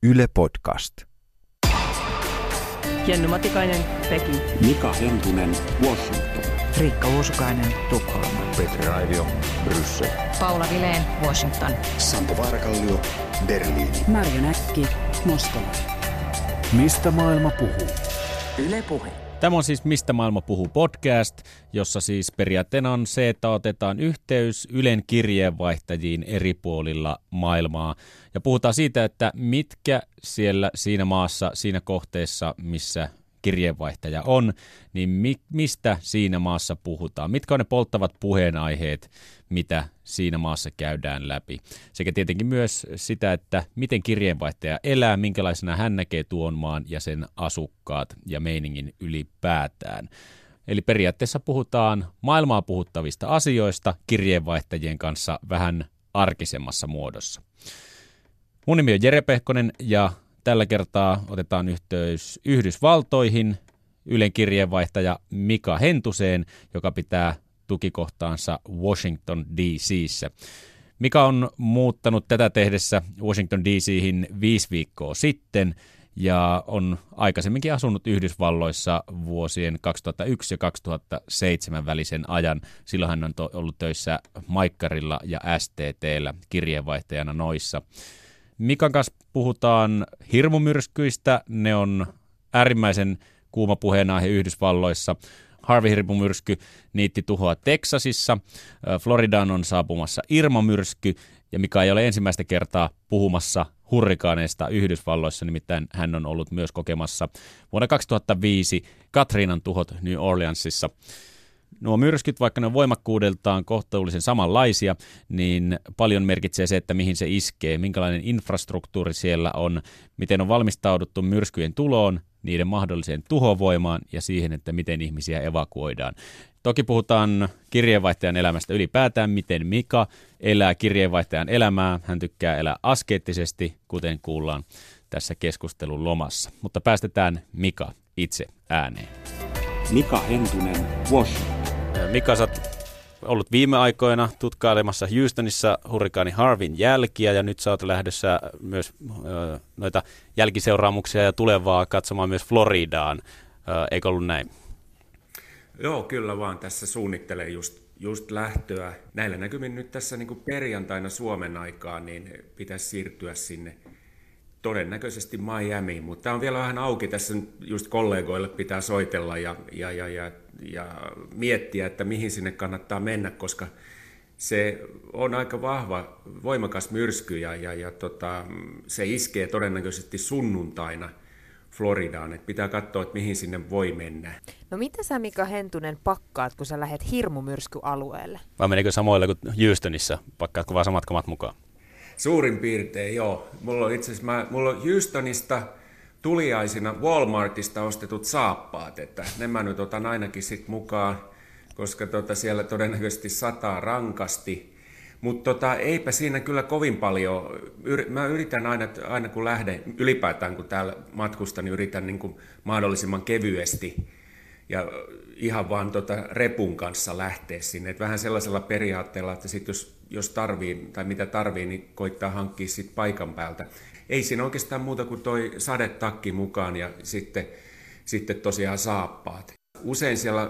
Yle Podcast. Jenny Matikainen, Peking. Mika Hentunen, Washington. Riikka Uusukainen, Tukholma. Petri Raivio, Bryssel. Paula Vilén, Washington. Sampo Varkallio, Berliini. Marjo Näkki, Moskova. Mistä maailma puhuu? Yle Puhe. Tämä on siis Mistä maailma puhuu podcast, jossa siis periaatteena on se, että otetaan yhteys Ylen kirjeenvaihtajiin eri puolilla maailmaa. Ja puhutaan siitä, että mitkä siellä siinä maassa, siinä kohteessa, missä kirjeenvaihtaja on, niin mistä siinä maassa puhutaan. Mitkä on ne polttavat puheenaiheet, mitä siinä maassa käydään läpi. Sekä tietenkin myös sitä, että miten kirjeenvaihtaja elää, minkälaisena hän näkee tuon maan ja sen asukkaat ja meiningin ylipäätään. Eli periaatteessa puhutaan maailmaa puhuttavista asioista kirjeenvaihtajien kanssa vähän arkisemmassa muodossa. Mun nimi on Jere Pehkonen ja tällä kertaa otetaan yhteys Yhdysvaltoihin Ylen kirjeenvaihtaja Mika Hentuseen, joka pitää tukikohtaansa Washington DC:ssä. Mika on muuttanut tätä tehdessä Washington DC:hin 5 viikkoa sitten ja on aikaisemminkin asunut Yhdysvalloissa vuosien 2001 ja 2007 välisen ajan. Silloin hän on ollut töissä Maikkarilla ja STT:llä kirjeenvaihtajana noissa. Mikan kanssa puhutaan hirmumyrskyistä. Ne on äärimmäisen kuuma puheenaihe Yhdysvalloissa. Harvey-hirmumyrsky niitti tuhoa Teksasissa. Floridaan on saapumassa Irma-myrsky. Ja Mika ei ole ensimmäistä kertaa puhumassa hurrikaaneista Yhdysvalloissa, nimittäin hän on ollut myös kokemassa vuonna 2005 Katriinan tuhot New Orleansissa. Nuo myrskyt, vaikka ne on voimakkuudeltaan kohtuullisen samanlaisia, niin paljon merkitsee se, että mihin se iskee, minkälainen infrastruktuuri siellä on, miten on valmistauduttu myrskyjen tuloon, niiden mahdolliseen tuhovoimaan ja siihen, että miten ihmisiä evakuoidaan. Toki puhutaan kirjeenvaihtajan elämästä ylipäätään, miten Mika elää kirjeenvaihtajan elämää. Hän tykkää elää askeettisesti, kuten kuullaan tässä keskustelun lomassa. Mutta päästetään Mika itse ääneen. Mika Hentunen, Washington. Mika, sä oot ollut viime aikoina tutkailemassa Houstonissa hurrikaani Harveyn jälkiä ja nyt sä oot lähdössä myös noita jälkiseuraamuksia ja tulevaa katsomaan myös Floridaan. Eikö ollut näin? Joo, kyllä vaan. Tässä suunnittelen just lähtöä. Näillä näkymin nyt tässä niin kuin perjantaina Suomen aikaan, niin pitäisi siirtyä sinne todennäköisesti Miamiin, mutta tämä on vielä vähän auki. Tässä just kollegoille pitää soitella ja miettiä, että mihin sinne kannattaa mennä, koska se on aika vahva, voimakas myrsky ja se iskee todennäköisesti sunnuntaina Floridaan. Et pitää katsoa, että mihin sinne voi mennä. No mitä sä, Mika Hentunen, pakkaat, kun sä lähdet hirmumyrskyalueelle? Vai menikö samoilla kuin Houstonissa? Pakkaatko vaan samat kamat mukaan? Suurin piirtein, joo. Mulla on Houstonista tuliaisina Walmartista ostetut saappaat, että ne mä nyt otan ainakin sit mukaan, koska siellä todennäköisesti sataa rankasti. Mutta eipä siinä kyllä kovin paljon. Mä yritän aina kun lähden, ylipäätään kun täällä matkustan, niin yritän niin kuin mahdollisimman kevyesti ja ihan vaan repun kanssa lähteä sinne. Et vähän sellaisella periaatteella, että sit jos tarvii tai mitä tarvii, niin koittaa hankkia sit paikan päältä. Ei siinä oikeastaan muuta kuin toi sadetakki mukaan ja sitten tosiaan saappaat. Usein siellä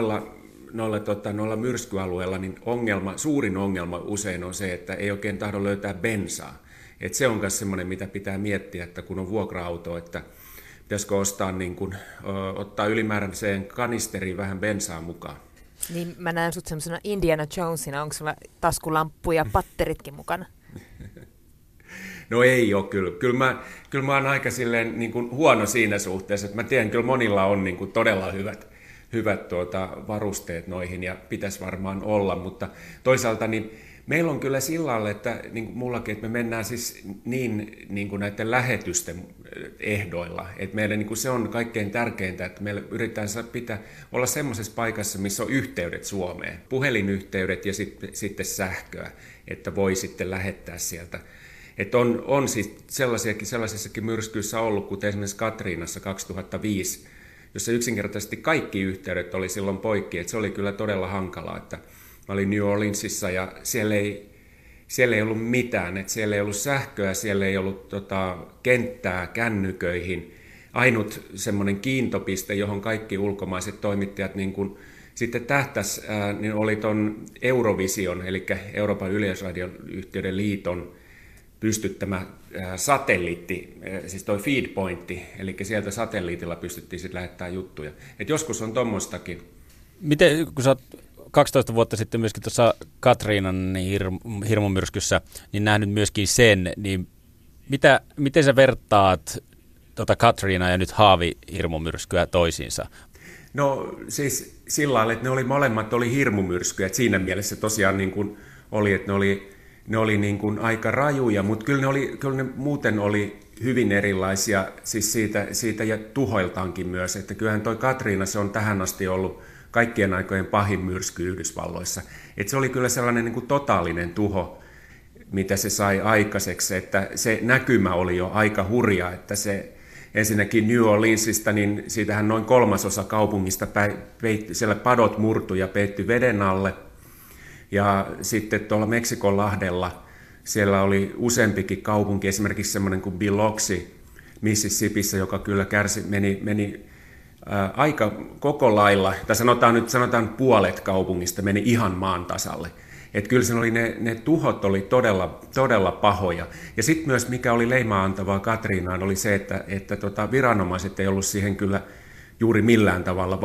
noilla myrskyalueilla niin suurin ongelma usein on se, että ei oikein tahdo löytää bensaa. Et se on myös semmoinen, mitä pitää miettiä, että kun on vuokra-auto, että pitäisikö ottaa ylimääräiseen kanisteriin vähän bensaa mukaan. Niin mä näen sut semmoisena Indiana Jonesina, onko sulla taskulamppu ja patteritkin mukana? No ei ole kyllä. Kyllä mä oon aika silleen niin kuin huono siinä suhteessa, että mä tiedän, kyllä monilla on niin kuin todella hyvät varusteet noihin ja pitäisi varmaan olla, mutta toisaalta niin meillä on kyllä sillä lailla, että niin kuin mullakin, että me mennään siis niin kuin näiden lähetysten ehdoilla, että meillä niin kuin se on kaikkein tärkeintä, että meillä yritetään olla semmoisessa paikassa, missä on yhteydet Suomeen, puhelinyhteydet ja sitten sähköä, että voi sitten lähettää sieltä. Että on siis sellaisissakin myrskyissä ollut, kuten esimerkiksi Katriinassa 2005, jossa yksinkertaisesti kaikki yhteydet oli silloin poikki, että se oli kyllä todella hankalaa, että mä olin New Orleansissa ja siellä siellä ei ollut mitään, että siellä ei ollut sähköä, siellä ei ollut kenttää kännyköihin. Ainut semmoinen kiintopiste, johon kaikki ulkomaiset toimittajat niin kun sitten tähtäs, niin oli ton Eurovision, eli Euroopan yleisradioyhtiöiden liiton pystyttämä satelliitti, siis toi feedpointti, eli sieltä satelliitilla pystyttiin sitten lähettämään juttuja. Et joskus on tommostakin. Miten, kun sä oot 12 vuotta sitten myöskin tuossa Katriinan hirmumyrskyssä, niin nähnyt myöskin sen, niin miten sä vertaat Katriina ja nyt Haavi-hirmumyrskyä toisiinsa? No siis sillä lailla, että molemmat oli hirmumyrskyjä, että siinä mielessä tosiaan niin kuin oli, että ne oli niin kuin aika rajuja, mutta kyllä ne muuten oli hyvin erilaisia siis siitä ja tuhoiltaankin myös, että kyllähän toi Katriina, se on tähän asti ollut kaikkien aikojen pahin myrsky Yhdysvalloissa. Että se oli kyllä sellainen niin kuin totaalinen tuho, mitä se sai aikaiseksi, että se näkymä oli jo aika hurja, että se ensinnäkin New Orleansista, niin siitähän noin 1/3 kaupungista siellä padot murtui ja peittyi veden alle. Ja sitten tuolla Meksikonlahdella siellä oli useampikin kaupunki, esimerkiksi semmoinen kuin Biloxi Mississippissä, joka kyllä meni aika koko lailla, tai sanotaan puolet kaupungista meni ihan maan tasalle. Että kyllä se oli, ne tuhot oli todella, todella pahoja. Ja sitten myös mikä oli leimaa antavaa Katriinaan oli se, että viranomaiset ei ollut siihen kyllä juuri millään tavalla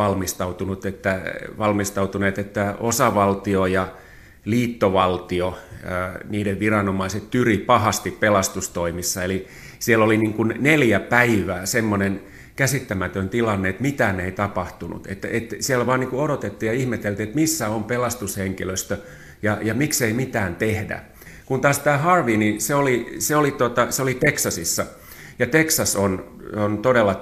valmistautuneet, että osavaltio ja liittovaltio, niiden viranomaiset tyri pahasti pelastustoimissa. Eli siellä oli niin kuin 4 päivää semmoinen käsittämätön tilanne, että mitään ei tapahtunut. Että siellä vaan niin kuin odotettiin ja ihmeteltiin, että missä on pelastushenkilöstö ja miksei mitään tehdä. Kun taas tämä Harvey, niin se oli Teksasissa. Ja Teksas on todella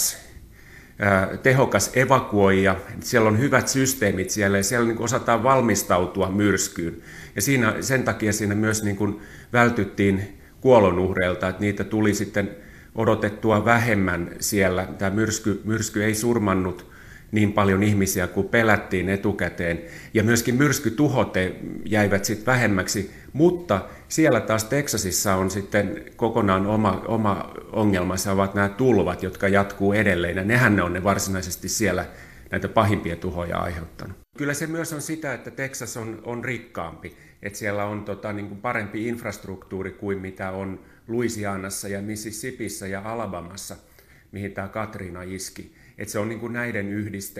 tehokas evakuoija. Siellä on hyvät systeemit siellä ja siellä niin kuin osataan valmistautua myrskyyn. Ja sen takia siinä myös niin kuin vältyttiin kuolonuhreilta, että niitä tuli sitten odotettua vähemmän siellä. Tämä myrsky ei surmannut niin paljon ihmisiä kuin pelättiin etukäteen. Ja myöskin myrskytuhot jäivät sitten vähemmäksi, mutta siellä taas Teksasissa on sitten kokonaan oma ongelmansa, ovat nämä tulvat, jotka jatkuu edelleen. Ja nehän ne on ne varsinaisesti siellä näitä pahimpia tuhoja aiheuttanut. Kyllä se myös on sitä, että Teksas on rikkaampi, että siellä on niin kuin parempi infrastruktuuri kuin mitä on Louisianassa ja Mississippissä ja Alabamassa, mihin tämä Katrina iski. Että se on niin kuin näiden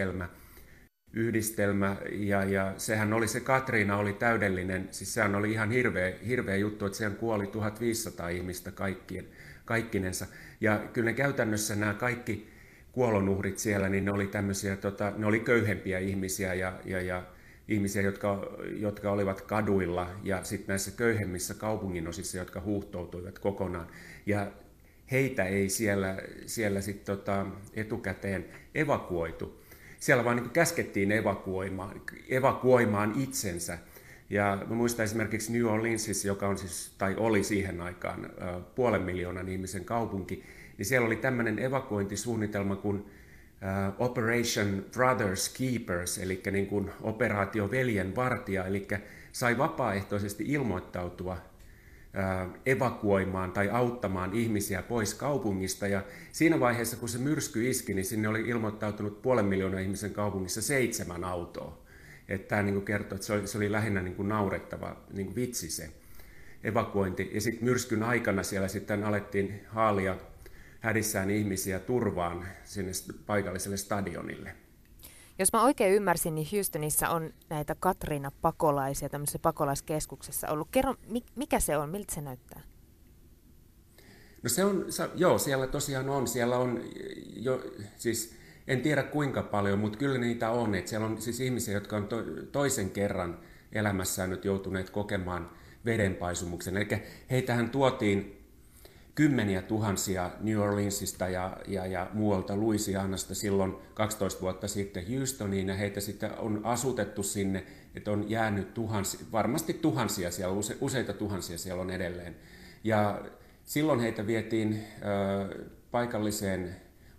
yhdistelmä ja sehän oli se Katrina oli täydellinen, siis sehän oli ihan hirveä juttu, että siihen kuoli 1500 ihmistä kaikkinensa. Ja kyllä ne käytännössä nämä kaikki kuolonuhrit siellä, niin ne oli tämmöisiä, ne oli köyhempiä ihmisiä ja ihmisiä, jotka olivat kaduilla ja sitten näissä köyhemmissä kaupunginosissa, jotka huuhtoutuivat kokonaan. Ja heitä ei siellä sit etukäteen evakuoitu. Siellä vaan niin käskettiin evakuoimaan itsensä. Ja mä muistan esimerkiksi New Orleansissa, joka on siis, tai oli siihen aikaan 500,000 ihmisen kaupunki, niin siellä oli tämmöinen evakuointisuunnitelma kuin Operation Brothers Keepers, eli niin kuin operaatio Veljen vartija, eli sai vapaaehtoisesti ilmoittautua evakuoimaan tai auttamaan ihmisiä pois kaupungista. Ja siinä vaiheessa, kun se myrsky iski, niin sinne oli ilmoittautunut 500,000 ihmisen kaupungissa 7 autoa. Että tämä niin kertoo, että se oli lähinnä niin kuin naurettava niin kuin vitsi se evakuointi. Ja sitten myrskyn aikana siellä sitten alettiin haalia hädissään ihmisiä turvaan sinne paikalliselle stadionille. Jos mä oikein ymmärsin, niin Houstonissa on näitä Katrina-pakolaisia tämmöisessä pakolaiskeskuksessa ollut. Kerro, mikä se on? Miltä se näyttää? No siellä tosiaan on. Siellä on siis en tiedä kuinka paljon, mutta kyllä niitä on. Että siellä on siis ihmisiä, jotka on toisen kerran elämässään nyt joutuneet kokemaan vedenpaisumuksen. Eli heitähän tuotiin 10,000 New Orleansista ja muualta Louisianasta silloin 12 vuotta sitten Houstoniin, ja heitä sitten on asutettu sinne, että on jäänyt varmasti tuhansia siellä, useita tuhansia siellä on edelleen. Ja silloin heitä vietiin paikalliseen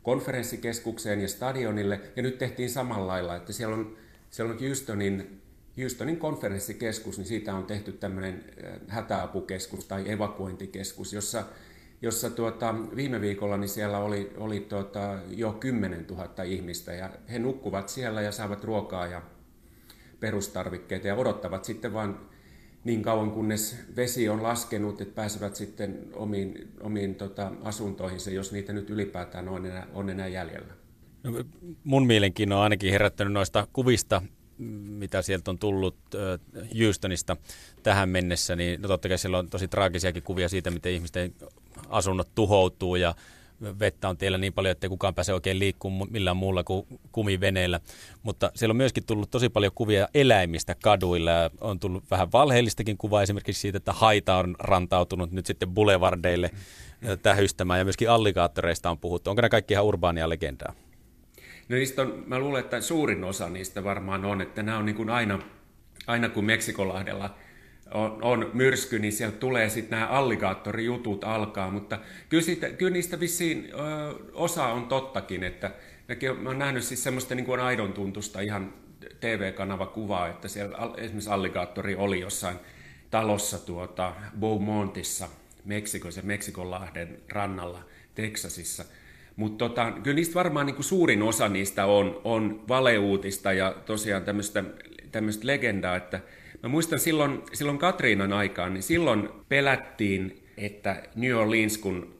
konferenssikeskukseen ja stadionille, ja nyt tehtiin samalla lailla, että siellä on Houstonin Houstonin konferenssikeskus, niin siitä on tehty tämmöinen hätäapukeskus tai evakuointikeskus, jossa viime viikolla niin siellä oli jo 10 000 ihmistä ja he nukkuvat siellä ja saavat ruokaa ja perustarvikkeita ja odottavat sitten vain niin kauan, kunnes vesi on laskenut, että pääsevät sitten omiin asuntoihinsa, jos niitä nyt ylipäätään on enää jäljellä. No, mun mielenkiinnon on ainakin herättänyt noista kuvista, mitä sieltä on tullut Houstonista tähän mennessä, niin no totta kai siellä on tosi traagisiakin kuvia siitä, miten ihmisten asunnot tuhoutuu ja vettä on teillä niin paljon, että kukaan pääse oikein liikkumaan millään muulla kuin kumiveneellä. Mutta siellä on myöskin tullut tosi paljon kuvia eläimistä kaduilla ja on tullut vähän valheellistakin kuvaa esimerkiksi siitä, että haita on rantautunut nyt sitten boulevardeille tähystämään ja myöskin alligaattoreista on puhuttu. Onko nämä kaikki ihan urbaania legendaa? No mä luulen, että suurin osa niistä varmaan on, että nämä on niin kuin aina kun Meksikonlahdella on myrsky, niin sieltä tulee sitten nämä alligaattorijutut alkaa, mutta kyllä niistä vissiin osa on tottakin, että mä oon nähnyt siis semmoista niin kuin aidon tuntusta ihan TV-kanavakuvaa, että siellä esimerkiksi alligaattori oli jossain talossa Beaumontissa, Meksikossa, Meksikonlahden rannalla, Teksasissa. Mutta kyllä niistä varmaan niin kuin suurin osa niistä on valeuutista ja tosiaan tämmöistä legendaa, että mä muistan silloin Katriinan aikaan, niin silloin pelättiin, että New Orleans, kun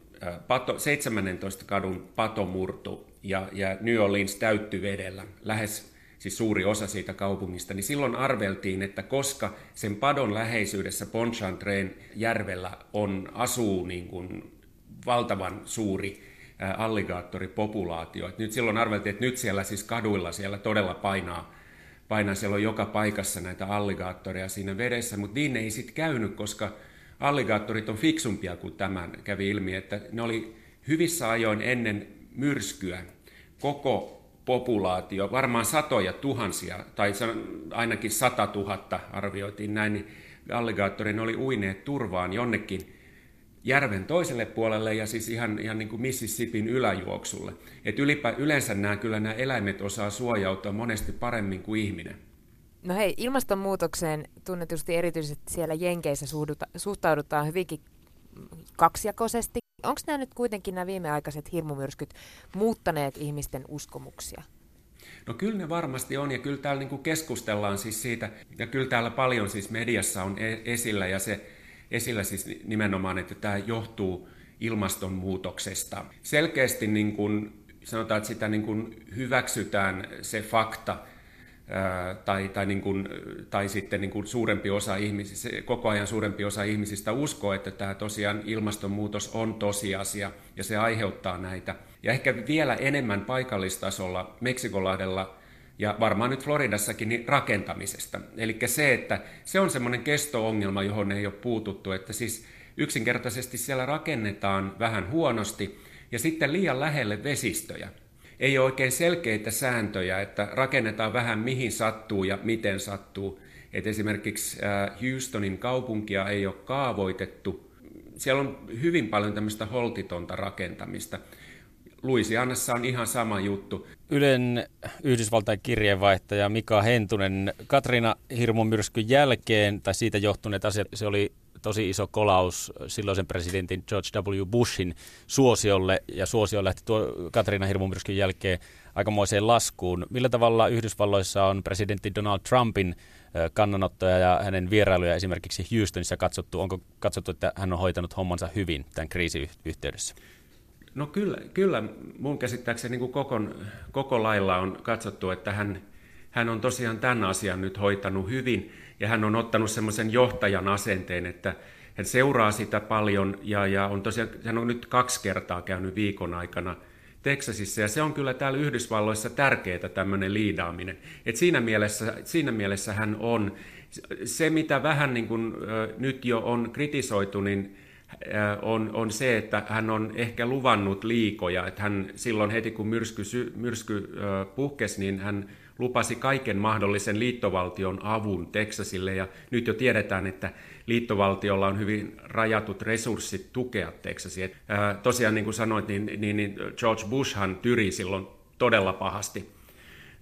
17. kadun pato murtui ja New Orleans täyttyi vedellä, lähes siis suuri osa siitä kaupungista, niin silloin arveltiin, että koska sen padon läheisyydessä Pontchartrain järvellä asuu niin kuin valtavan suuri alligaattoripopulaatio. Nyt silloin arveltiin, että nyt siellä siis kaduilla siellä todella painaa, siellä on joka paikassa näitä alligaattoreja siinä vedessä, mutta niin ei sitten käynyt, koska alligaattorit on fiksumpia kuin tämän kävi ilmi, että ne oli hyvissä ajoin ennen myrskyä koko populaatio, varmaan satoja tuhansia, tai ainakin 100 000 arvioitiin näin, niin alligaattorin oli uineet turvaan jonnekin järven toiselle puolelle ja siis ihan niin kuin Mississippin yläjuoksulle. Että yleensä nämä eläimet osaa suojautua monesti paremmin kuin ihminen. No hei, ilmastonmuutokseen tunnetusti erityisesti siellä Jenkeissä suhtaudutaan hyvinkin kaksijakoisesti. Onko nämä nyt kuitenkin nämä viimeaikaiset hirmumyrskyt muuttaneet ihmisten uskomuksia? No kyllä ne varmasti on ja kyllä täällä niin kuin keskustellaan siis siitä ja kyllä täällä paljon siis mediassa on esillä ja se esillä siis nimenomaan, että tämä johtuu ilmastonmuutoksesta. Selkeästi niin kuin sanotaan, että sitä niin kuin hyväksytään se fakta, tai sitten niin kuin suurempi osa ihmisistä, koko ajan suurempi osa ihmisistä uskoo, että tämä tosiaan ilmastonmuutos on tosiasia ja se aiheuttaa näitä. Ja ehkä vielä enemmän paikallistasolla Meksikonlahdella ja varmaan nyt Floridassakin niin rakentamisesta. Eli se, että se on semmoinen kesto-ongelma, johon ei ole puututtu, että siis yksinkertaisesti siellä rakennetaan vähän huonosti ja sitten liian lähelle vesistöjä. Ei ole oikein selkeitä sääntöjä, että rakennetaan vähän mihin sattuu ja miten sattuu. Et esimerkiksi Houstonin kaupunkia ei ole kaavoitettu. Siellä on hyvin paljon tämmöistä holtitonta rakentamista. Louisianassa on ihan sama juttu. Ylen Yhdysvaltain kirjeenvaihtaja Mika Hentunen, Katrina-hirmumyrskyn jälkeen, tai siitä johtuneet asiat, se oli tosi iso kolaus silloisen presidentin George W. Bushin suosiolle, ja suosio lähti Katrina-hirmumyrskyn jälkeen aikamoiseen laskuun. Millä tavalla Yhdysvalloissa on presidentti Donald Trumpin kannanottoja ja hänen vierailuja esimerkiksi Houstonissa katsottu? Onko katsottu, että hän on hoitanut hommansa hyvin tämän kriisin yhteydessä? No kyllä mun käsittääkseni niin kuin koko lailla on katsottu, että hän on tosiaan tämän asian nyt hoitanut hyvin ja hän on ottanut semmoisen johtajan asenteen, että hän seuraa sitä paljon ja on tosiaan, hän on nyt 2 kertaa käynyt viikon aikana Teksasissa ja se on kyllä täällä Yhdysvalloissa tärkeää tämmöinen liidaaminen. Et siinä mielessä hän on, se mitä vähän niin kuin nyt jo on kritisoitu, niin on se, että hän on ehkä luvannut liikoja, että hän silloin heti kun myrsky puhkesi, niin hän lupasi kaiken mahdollisen liittovaltion avun Teksasille ja nyt jo tiedetään, että liittovaltiolla on hyvin rajatut resurssit tukea Teksasia. Tosiaan niin kuin sanoit, niin George Bushhan tyri silloin todella pahasti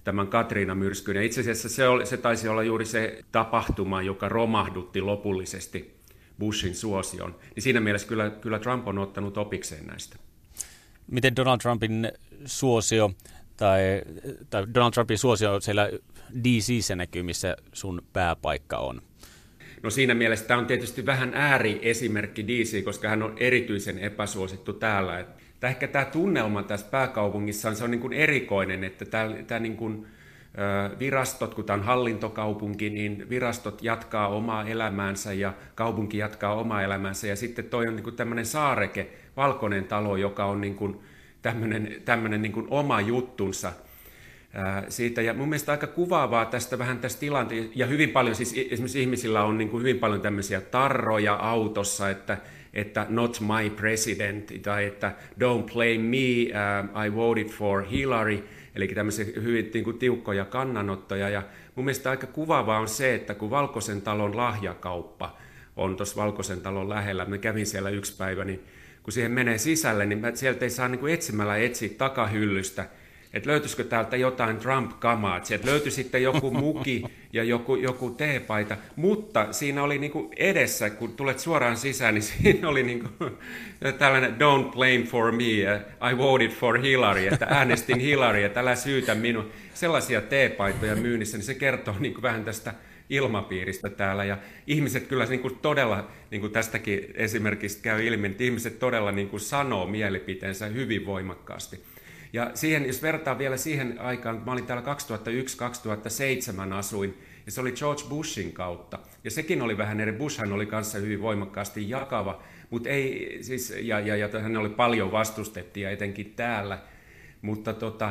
tämän Katriina-myrskyn. Ja itse asiassa se taisi olla juuri se tapahtuma, joka romahdutti lopullisesti Bushin suosion. Niin siinä mielessä kyllä Trump on ottanut opikseen näistä. Miten Donald Trumpin suosio tai Donald Trumpin suosio siellä DC:ssä näkyy, missä sun pääpaikka on? No siinä mielessä tämä on tietysti vähän ääriesimerkki DC, koska hän on erityisen epäsuosittu täällä. Ehkä tämä tunnelma tässä pääkaupungissa se on niin kuin erikoinen, että tämä niin kuin, virastot, kun tämä on hallintokaupunki, niin virastot jatkaa omaa elämäänsä ja kaupunki jatkaa omaa elämäänsä. Ja sitten toi on niin kuin tämmöinen saareke, valkoinen talo, joka on niin kuin tämmöinen niin kuin oma juttunsa siitä. Ja mun mielestä aika kuvaavaa tästä tilanteesta, ja hyvin paljon siis esimerkiksi ihmisillä on niin kuin hyvin paljon tämmöisiä tarroja autossa, että not my president, tai että don't blame me, I voted for Hillary, eli tämmöisiä hyvin niin kuin tiukkoja kannanottoja. Ja mun mielestä aika kuvaavaa on se, että kun Valkoisen talon lahjakauppa on tuossa Valkoisen talon lähellä, mä kävin siellä yksi päivä, niin kun siihen menee sisälle, niin sieltä ei saa niin kuin etsimällä etsiä takahyllystä, että löytyisikö täältä jotain Trump-kamaa, että sieltä löytyi sitten joku muki ja joku teepaita, mutta siinä oli niin kuin edessä, kun tulet suoraan sisään, niin siinä oli niin kuin tällainen don't blame for me, I voted for Hillary, että äänestin Hillary, että älä syytä minua. Sellaisia teepaitoja myynnissä, niin se kertoo niin kuin vähän tästä ilmapiiristä täällä, ja ihmiset kyllä niin kuin todella, niin kuin tästäkin esimerkiksi käy ilmi, että ihmiset todella niin kuin sanoo mielipiteensä hyvin voimakkaasti. Ja siihen, jos vertaa vielä siihen aikaan, kun mä olin täällä 2001-2007 asuin, ja se oli George Bushin kautta. Ja sekin oli vähän eri. Bushhan oli kanssa hyvin voimakkaasti jakava, mutta ei, siis, ja hän oli paljon vastustettiin, etenkin täällä. Mutta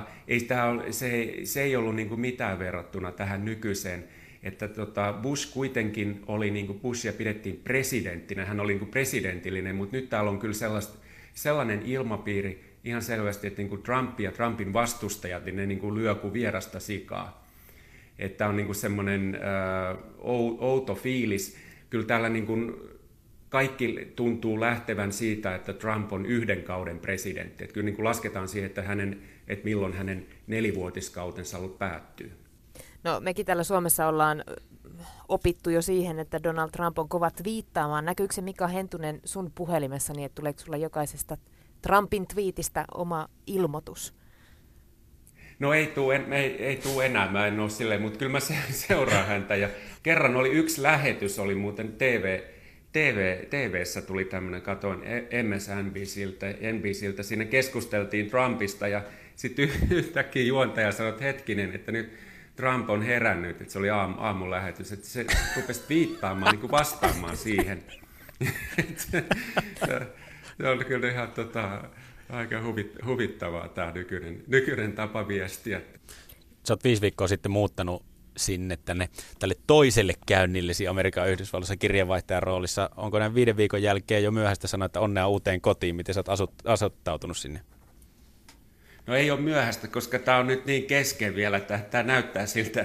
se ei ollut niin kuin mitään verrattuna tähän nykyiseen. Että Bush kuitenkin oli, niin kuin Bushia pidettiin presidenttinä, hän oli niin kuin presidentillinen, mutta nyt täällä on kyllä sellainen ilmapiiri, ihan selvästi, että niin kuin Trump ja Trumpin vastustajat, niin ne niin kuin lyö kuin vierasta sikaa. Että on niin kuin semmoinen outo fiilis. Kyllä täällä niin kuin kaikki tuntuu lähtevän siitä, että Trump on yhden kauden presidentti. Että kyllä niin kuin lasketaan siihen, että milloin hänen 4-vuotiskautensa päättyy. No mekin täällä Suomessa ollaan opittu jo siihen, että Donald Trump on kovat viittaamaan. Näkyykö se Mika Hentunen sun puhelimessa niin, että tuleeko sulla jokaisesta Trumpin twiitistä oma ilmoitus? No ei tule enää, mä en ole silleen, mutta kyllä mä seuraan häntä. Ja kerran oli yksi lähetys, oli muuten TV:ssä tuli tämmöinen, katoin MSNBCltä, siinä keskusteltiin Trumpista ja sitten yhtäkkiä juontaja sanoi, että hetkinen, että nyt Trump on herännyt, että se oli aamulähetys, että se rupesi viittaamaan, niin kuin vastaamaan siihen. Se on kyllä ihan aika huvittavaa tämä nykyinen tapa viestiä. Sä oot 5 viikkoa sitten muuttanut sinne tälle toiselle käynnillesi Amerikan Yhdysvalloissa kirjeenvaihtajan roolissa. Onko näin 5 viikon jälkeen jo myöhäistä sanoa, että onnea uuteen kotiin? Miten sä oot asettautunut sinne? No ei ole myöhäistä, koska tämä on nyt niin kesken vielä, että tämä näyttää siltä,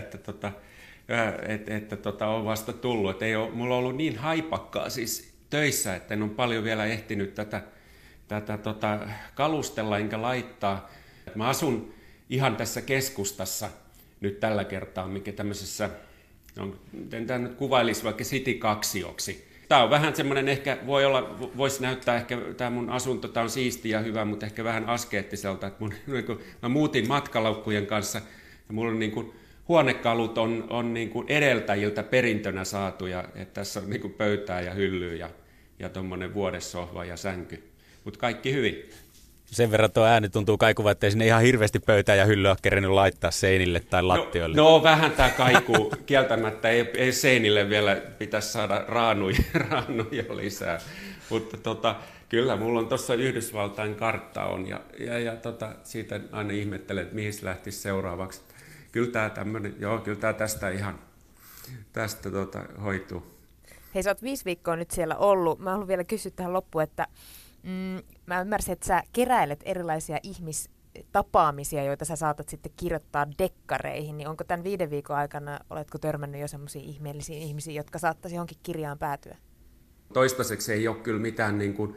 että on vasta tullut. Että mulla on ollut niin haipakkaa siis töissä, että en ole paljon vielä ehtinyt tätä kalustella enkä laittaa. Mä asun ihan tässä keskustassa nyt tällä kertaa, mikä tämmöisessä, miten tämä nyt kuvailisi vaikka City-kaksioksi. Tämä on vähän semmoinen, ehkä voisi näyttää ehkä, tämä mun asunto, tämä on siisti ja hyvä, mutta ehkä vähän askeettiselta. Että mä muutin matkalaukkujen kanssa ja mulla on niin kuin, huonekalut on niin kuin edeltäjiltä perintönä saatuja, että tässä on niin kuin pöytää ja hyllyä ja tuommoinen vuodessohva ja sänky, mutta kaikki hyvin. Sen verran tuo ääni tuntuu kaikuva, ettei sinne ihan hirveästi pöytää ja hyllyä ole kerennyt laittaa seinille tai lattioille. No vähän tämä kaikuu kieltämättä, ei seinille vielä pitäisi saada raanuja lisää, mutta kyllä mulla on tuossa Yhdysvaltain kartta on ja siitä aina ihmettelen, että mihin se lähtisi seuraavaksi. Kyllä tämä tästä hoituu. Hei, sä oot 5 viikkoa nyt siellä ollut. Mä haluan vielä kysyä tähän loppuun, että mä ymmärsin, että sä keräilet erilaisia ihmistapaamisia, joita sä saatat sitten kirjoittaa dekkareihin. Niin onko tämän 5 viikon aikana, oletko törmännyt jo semmoisiin ihmeellisiin ihmisiin, jotka saattaisi johonkin kirjaan päätyä? Toistaiseksi ei ole kyllä mitään niin kuin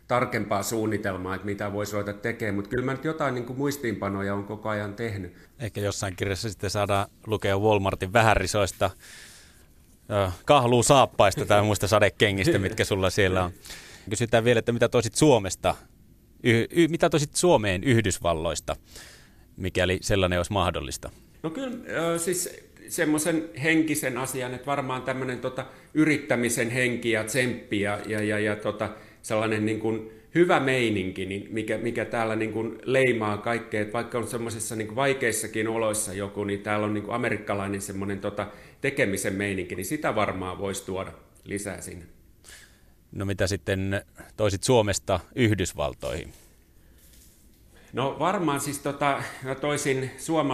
tarkempaa suunnitelmaa, että mitä voisi ruveta tekemään, mutta kyllä mä nyt jotain niin kuin muistiinpanoja on koko ajan tehnyt. Ehkä jossain kirjassa sitten saadaan lukea Walmartin vähärisoista, kahluu saappaista tai muista sadekengistä, mitkä sulla siellä on. Kysytään vielä, että mitä toisit Suomesta, mitä toisit Suomeen Yhdysvalloista, mikäli sellainen olisi mahdollista? No kyllä siis semmoisen henkisen asian, että varmaan tämmöinen yrittämisen henki ja tsemppi ja sellainen niin kuin hyvä meininki, niin mikä täällä niin kuin leimaa kaikkea, että vaikka on semmoisissa niin kuin vaikeissakin oloissa joku, niin täällä on niin kuin amerikkalainen semmoinen tekemisen meininki, niin sitä varmaan voisi tuoda lisää sinne. No mitä sitten toisit Suomesta Yhdysvaltoihin? No varmaan siis mä toisin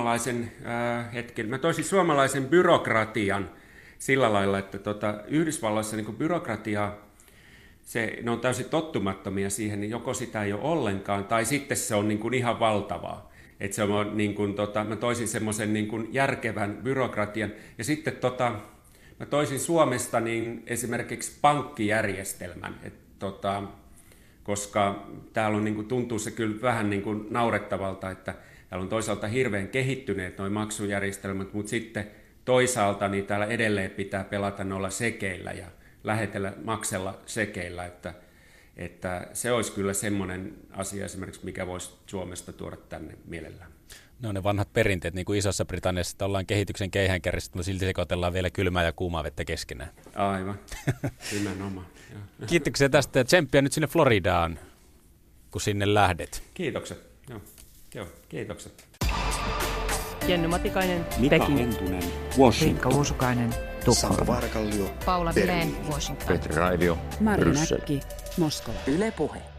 suomalaisen byrokratian sillä lailla, että Yhdysvalloissa niin kuin byrokratiaa, ne on täysin tottumattomia siihen, niin joko sitä ei ole ollenkaan, tai sitten se on niin kuin ihan valtavaa. Että se on niin kuin, mä toisin semmoisen niin kuin järkevän byrokratian, ja sitten mä toisin Suomesta niin esimerkiksi pankkijärjestelmän, koska täällä on, niin kuin, tuntuu se kyllä vähän niin kuin naurettavalta, että täällä on toisaalta hirveän kehittyneet nuo maksujärjestelmät, mutta sitten toisaalta niin täällä edelleen pitää pelata noilla sekeillä ja maksella sekeillä, että se olisi kyllä semmoinen asia esimerkiksi, mikä voisi Suomesta tuoda tänne mielellään. No ne vanhat perinteet, niin kuin Isossa Britanniassa, että ollaan kehityksen keihäänkärjessä, mutta silti sekoitellaan vielä kylmää ja kuumaa vettä keskenään. Aivan, nimenomaan. Kiitoksia tästä ja tsemppiä nyt sinne Floridaan, kun sinne lähdet. Kiitokset. Joo, kiitokset. Jenny Matikainen, Mika Peking. Hentunen, Washington. Riikka Uusukainen, Sampo Tukholma. Varakallio, Paula Berliini. Vileen, Washington. Petri Raivio, Mari Bryssel. Näkki, Moskova. Yle Puhe.